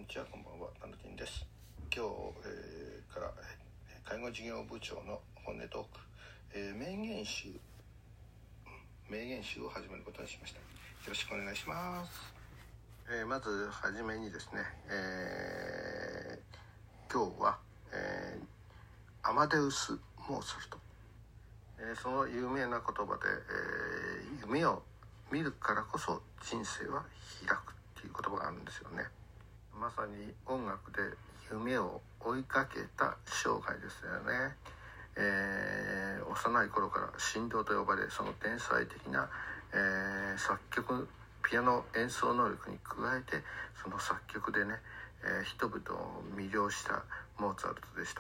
ちは、こんばんは、たぬきんです。今日、から介護事業部長の本音トーク、名言集を始めることにしました。よろしくお願いします。まずはじめにですね、今日は、アマデウス・モーツァルト、その有名な言葉で、夢を見るからこそ人生は開くっていう言葉があるんですよね。まさに音楽で夢を追いかけた生涯ですよね。幼い頃から神童と呼ばれ、その天才的な、作曲ピアノ演奏能力に加えて、その作曲でね、人々を魅了したモーツァルトでした。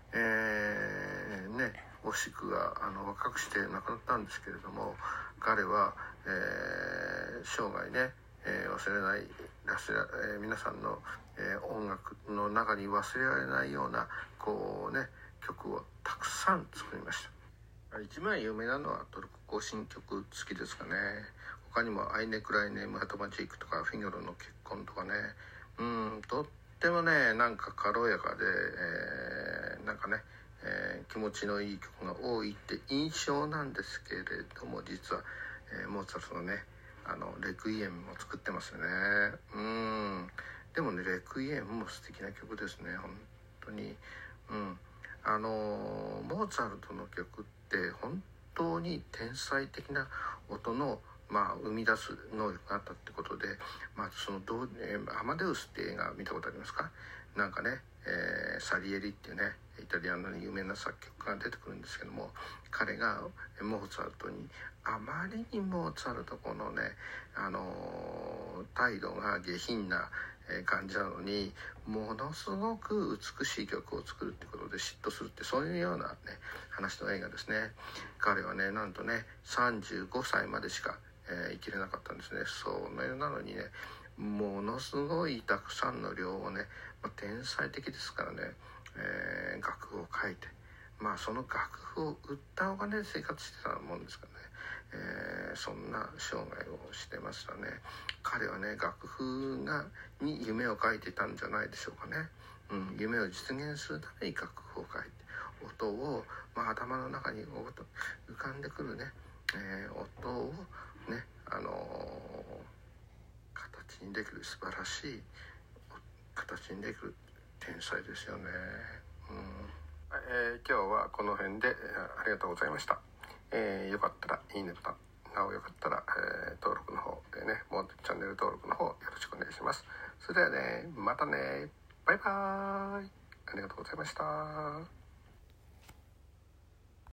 惜しくは若くして亡くなったんですけれども、彼は、生涯ね、忘れない皆さんの、音楽の中に忘れられないような曲をたくさん作りました。一番有名なのはトルコ行進曲好きですかね。他にもアイネクライネムアトマチックとかフィギョロの結婚とかね、とってもね、なんか軽やかで、気持ちのいい曲が多いって印象なんですけれども、実は、モーツァルトのね、レクイエムも作ってますよね。でもね、レクイエムも素敵な曲ですね、本当に。モーツァルトの曲って本当に天才的な音の生み出す能力があったってことで、アマデウスって映画見たことありますか？なんかね、サリエリっていうね、イタリアの有名な作曲家が出てくるんですけども、彼がモーツァルトにあまりにモーツァルトこのね、態度が下品な感じなのに、ものすごく美しい曲を作るってことで嫉妬するって、そういうようなね話の映画ですね。彼はね、なんとね35歳までしか、生きれなかったんですね。そのようなのにね、ものすごいたくさんの量をね、天才的ですからね、楽譜を書いて、その楽譜を売ったお金で生活してたもんですからね、そんな生涯をしてましたね。彼はね、楽譜に夢を書いてたんじゃないでしょうかね。夢を実現するために楽譜を書いて、音を、頭の中に浮かんでくるね、音をね、形にできる素晴らしい形にできる天才ですよね。今日はこの辺でありがとうございました。よかったらいいねボタン、なおよかったら、登録の方でね、もうチャンネル登録の方よろしくお願いします。それではね、またね、バイバーイ。ありがとうございました。